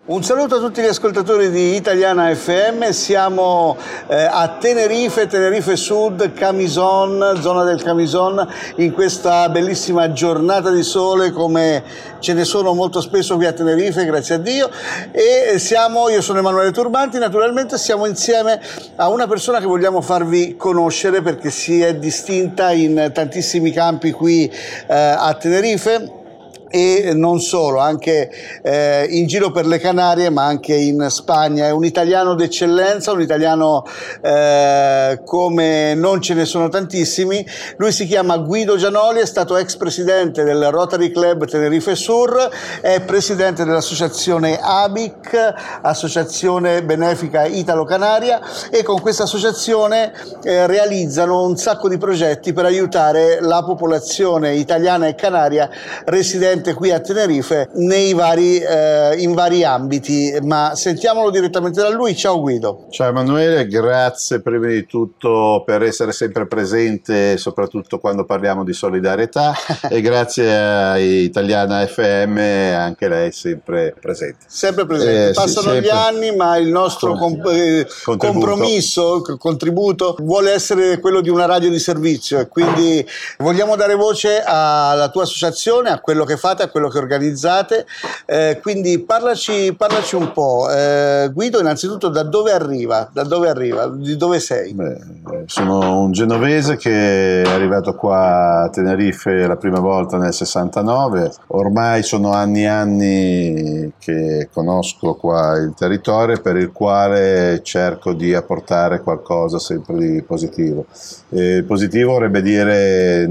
Un saluto a tutti gli ascoltatori di Italiana FM, siamo a Tenerife Sud, Camisón, zona del Camisón, in questa bellissima giornata di sole come ce ne sono molto spesso qui a Tenerife, grazie a Dio, e io sono Emanuele Turbanti, naturalmente siamo insieme a una persona che vogliamo farvi conoscere perché si è distinta in tantissimi campi qui a Tenerife. E non solo, anche in giro per le Canarie, ma anche in Spagna. È un italiano d'eccellenza, un italiano come non ce ne sono tantissimi. Lui si chiama Guido Gianoli, è stato ex presidente del Rotary Club Tenerife Sur, è presidente dell'associazione ABIC, Associazione Benefica Italo-Canaria, e con questa associazione realizzano un sacco di progetti per aiutare la popolazione italiana e canaria residente qui a Tenerife in vari ambiti, ma sentiamolo direttamente da lui. Ciao Guido. Ciao Emanuele, grazie prima di tutto per essere sempre presente, soprattutto quando parliamo di solidarietà, e grazie a Italiana FM, anche lei sempre presente. Sempre presente, passano gli anni, ma il nostro contributo vuole essere quello di una radio di servizio, e quindi vogliamo dare voce alla tua associazione, a quello che fate, a quello che organizzate, quindi parlaci un po'. Guido, innanzitutto da dove arriva? Di dove sei? Sono un genovese che è arrivato qua a Tenerife la prima volta nel 69, ormai sono anni e anni che conosco qua il territorio, per il quale cerco di apportare qualcosa sempre di positivo. Positivo vorrebbe dire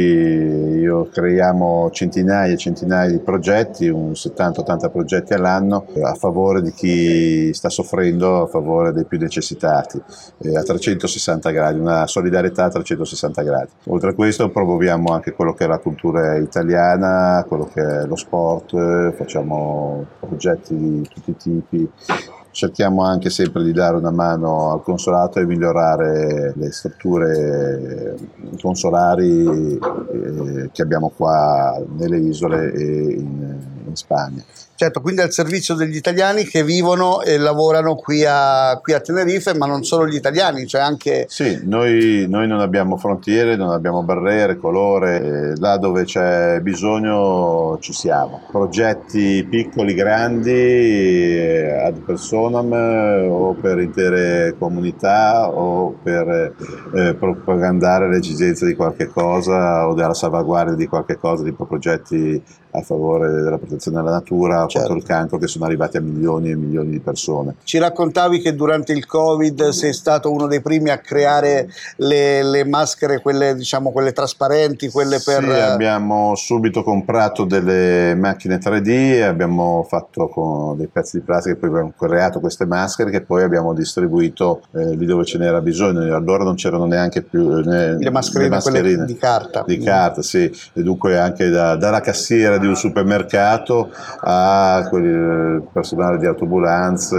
io creiamo centinaia e centinaia di progetti, un 70-80 progetti all'anno a favore di chi sta soffrendo, a favore dei più necessitati, a 360 gradi, una solidarietà a 360 gradi. Oltre a questo promuoviamo anche quello che è la cultura italiana, quello che è lo sport, facciamo progetti di tutti i tipi. Cerchiamo anche sempre di dare una mano al consolato e migliorare le strutture consolari che abbiamo qua nelle isole e in Spagna. Certo, quindi al servizio degli italiani che vivono e lavorano qui a Tenerife, ma non solo gli italiani, cioè anche... Sì, noi non abbiamo frontiere, non abbiamo barriere, colore, là dove c'è bisogno ci siamo. Progetti piccoli, grandi, ad personam, o per intere comunità, o per propagandare l'esigenza di qualche cosa o della salvaguardia di qualche cosa, tipo progetti a favore della protezione della natura, contro il cancro, che sono arrivati a milioni e milioni di persone. Ci raccontavi che durante il Covid sei stato uno dei primi a creare le maschere, quelle trasparenti, quelle per... Sì, abbiamo subito comprato delle macchine 3D, abbiamo fatto con dei pezzi di plastica, poi abbiamo creato queste maschere che poi abbiamo distribuito lì dove ce n'era bisogno. Allora non c'erano neanche più le mascherine. Quelle di carta. Di carta, sì, e dunque anche dalla cassiera di un supermercato a quel personale di autoambulanze,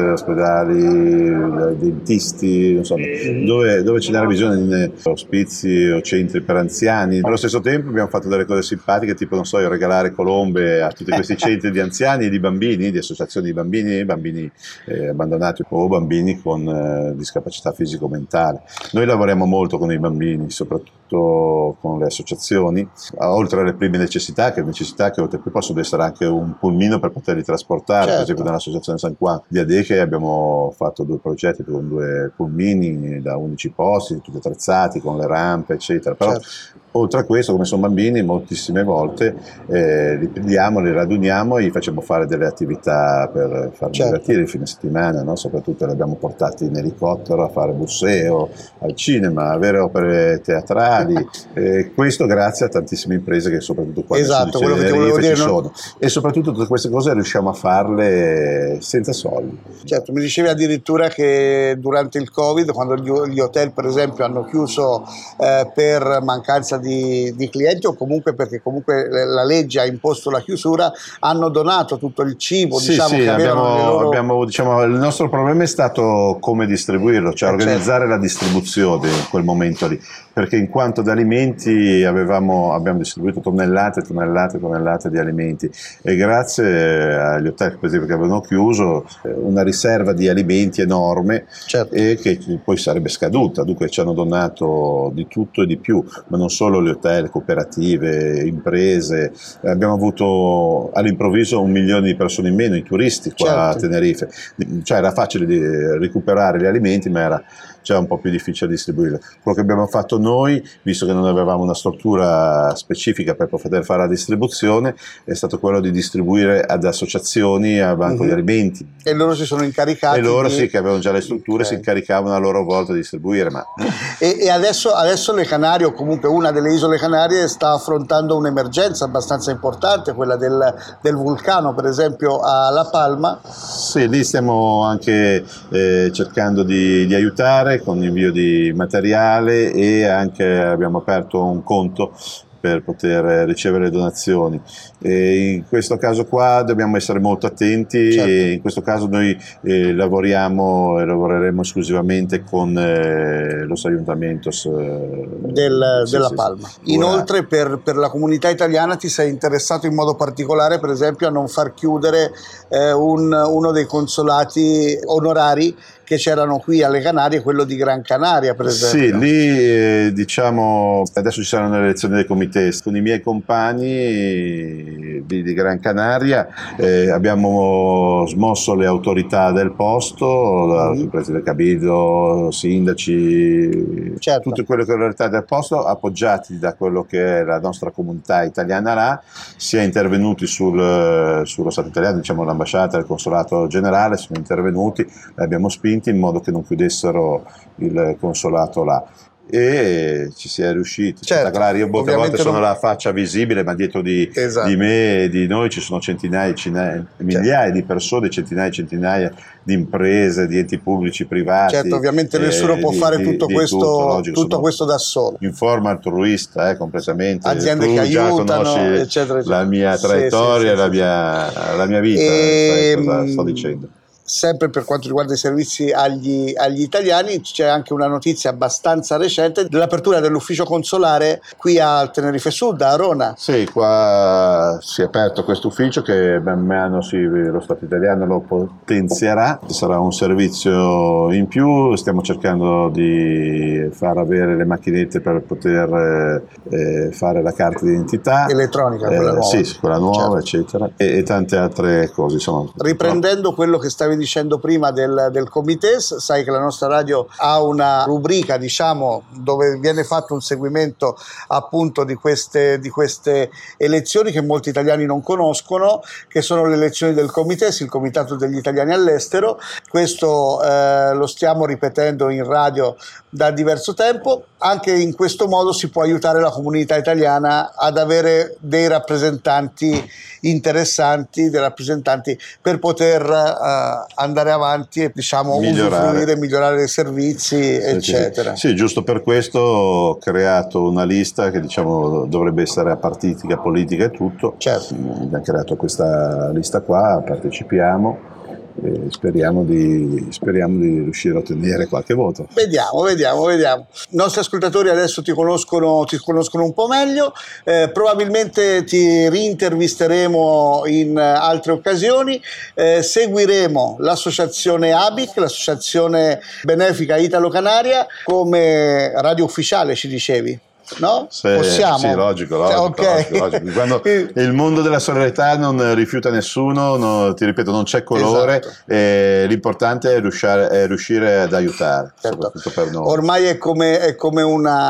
ospedali, dentisti, insomma, dove ce n'era bisogno di ospizi o centri per anziani. Allo stesso tempo abbiamo fatto delle cose simpatiche, tipo, non so, regalare colombe a tutti questi centri di anziani e di bambini, di associazioni di bambini abbandonati o bambini con discapacità fisico-mentale. Noi lavoriamo molto con i bambini, soprattutto con le associazioni, oltre alle prime necessità che possono essere anche un pulmino per poterli trasportare. Per esempio nell'associazione San Juan di Adeche abbiamo fatto 2 progetti con 2 pulmini da 11 posti, tutti attrezzati con le rampe eccetera, però oltre a questo, come sono bambini, moltissime volte li prendiamo, li raduniamo e gli facciamo fare delle attività per farli divertire il fine settimana, no? Soprattutto li abbiamo portati in elicottero a fare busseo, al cinema, a vere opere teatrali, questo grazie a tantissime imprese che soprattutto qua ci sono, e soprattutto tutte queste cose riusciamo a farle senza soldi. Certo, mi dicevi addirittura che durante il Covid, quando gli hotel per esempio hanno chiuso per mancanza di clienti, o comunque perché comunque la legge ha imposto la chiusura, hanno donato tutto il cibo, Sì, diciamo, sì, che avevano le loro... diciamo, il nostro problema è stato come distribuirlo, cioè organizzare certo. la distribuzione in quel momento lì, perché in quanto ad alimenti abbiamo distribuito tonnellate e tonnellate e tonnellate di alimenti, e grazie agli hotel, per esempio, che avevano chiuso, una riserva di alimenti enorme, Certo. e che poi sarebbe scaduta, dunque ci hanno donato di tutto e di più, ma non solo gli hotel, cooperative, imprese. Abbiamo avuto all'improvviso 1 milione di persone in meno, i turisti qua a Certo. Tenerife, cioè era facile di recuperare gli alimenti, ma era un po' più difficile distribuirli. Quello che abbiamo fatto noi, visto che non avevamo una struttura specifica per poter fare la distribuzione, è stato quello di distribuire ad associazioni, a banco di alimenti. E loro si sono incaricati. E loro sì, che avevano già le strutture, si incaricavano a loro volta di distribuire. Ma... E adesso le Canarie, o comunque una delle isole Canarie, sta affrontando un'emergenza abbastanza importante, quella del vulcano, per esempio a La Palma. Sì, lì stiamo anche cercando di aiutare con invio di materiale, e anche abbiamo aperto un conto per poter ricevere donazioni. E in questo caso qua dobbiamo essere molto attenti, certo. E in questo caso noi lavoriamo e lavoreremo esclusivamente con los ayuntamientos della Palma. Inoltre per la comunità italiana ti sei interessato in modo particolare, per esempio, a non far chiudere uno dei consolati onorari che c'erano qui alle Canarie, quello di Gran Canaria, per esempio. Sì, lì diciamo adesso ci saranno le elezioni dei comitès. Con i miei compagni di Gran Canaria abbiamo smosso le autorità del posto, comprese del cabildo, sindaci, certo. tutte quelle che erano le autorità del posto, appoggiati da quello che è la nostra comunità italiana là, si è intervenuti sullo Stato italiano, diciamo l'ambasciata, il consolato generale, sono intervenuti, abbiamo spinto in modo che non chiudessero il consolato là, e ci si è riusciti. Certo, Io molte volte sono la faccia visibile, ma dietro di me e di noi ci sono centinaia, migliaia di persone, centinaia e centinaia di imprese, di enti pubblici, privati. Certo, ovviamente nessuno può fare tutto questo da solo. Informa altruista completamente. Aziende tu che già aiutano, conosci eccetera, eccetera. La mia traiettoria, la mia vita, sai cosa sto dicendo. Sempre per quanto riguarda i servizi agli italiani, c'è anche una notizia abbastanza recente dell'apertura dell'ufficio consolare qui a Tenerife Sud, a Arona. Sì, qua si è aperto questo ufficio che man mano lo Stato italiano lo potenzierà, sarà un servizio in più, stiamo cercando di far avere le macchinette per poter fare la carta d'identità elettronica, quella nuova. Sì, quella nuova, certo. Eccetera, e tante altre cose, insomma. Riprendendo quello che stavi dicendo prima del Comites, sai che la nostra radio ha una rubrica, diciamo, dove viene fatto un seguimento appunto di queste elezioni che molti italiani non conoscono, che sono le elezioni del Comites, il Comitato degli Italiani all'estero. Questo lo stiamo ripetendo in radio da diverso tempo. Anche in questo modo si può aiutare la comunità italiana ad avere dei rappresentanti interessanti, dei rappresentanti per poter andare avanti e, diciamo, usufruire, migliorare i servizi, eccetera. Sì, giusto per questo ho creato una lista che, diciamo, dovrebbe essere apartitica, politica e tutto. Certo. Abbiamo creato questa lista qua, partecipiamo. E speriamo di riuscire a ottenere qualche voto. Vediamo. I nostri ascoltatori adesso ti conoscono un po' meglio, probabilmente ti rintervisteremo in altre occasioni, seguiremo l'associazione ABIC, l'associazione benefica Italo-Canaria, come radio ufficiale, ci dicevi. No? Possiamo? Sì, logico. Quando il mondo della solidarietà non rifiuta nessuno, ti ripeto, non c'è colore, esatto. L'importante è riuscire ad aiutare, certo. Soprattutto per noi. Ormai è come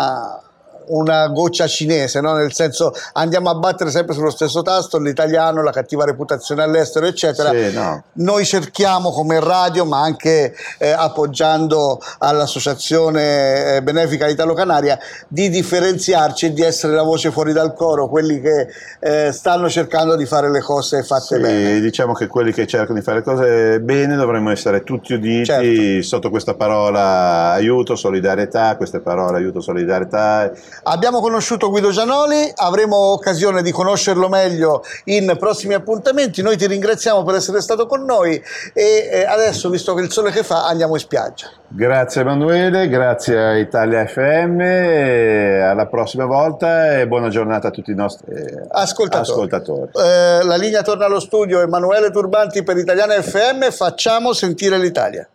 una goccia cinese, no? Nel senso, andiamo a battere sempre sullo stesso tasto, l'italiano, la cattiva reputazione all'estero, eccetera. Sì, no. Noi cerchiamo come radio, ma anche appoggiando all'associazione benefica Italo-Canaria, di differenziarci e di essere la voce fuori dal coro, quelli che stanno cercando di fare le cose fatte bene. Diciamo che quelli che cercano di fare le cose bene dovremmo essere tutti uniti, certo. Sotto questa parola aiuto, solidarietà, queste parole aiuto, solidarietà, Abbiamo conosciuto Guido Gianoli, avremo occasione di conoscerlo meglio in prossimi appuntamenti. Noi ti ringraziamo per essere stato con noi e adesso, visto che il sole che fa, andiamo in spiaggia. Grazie Emanuele, grazie a Italia FM, alla prossima volta e buona giornata a tutti i nostri ascoltatori. La linea torna allo studio, Emanuele Turbanti per Italiana FM, facciamo sentire l'Italia.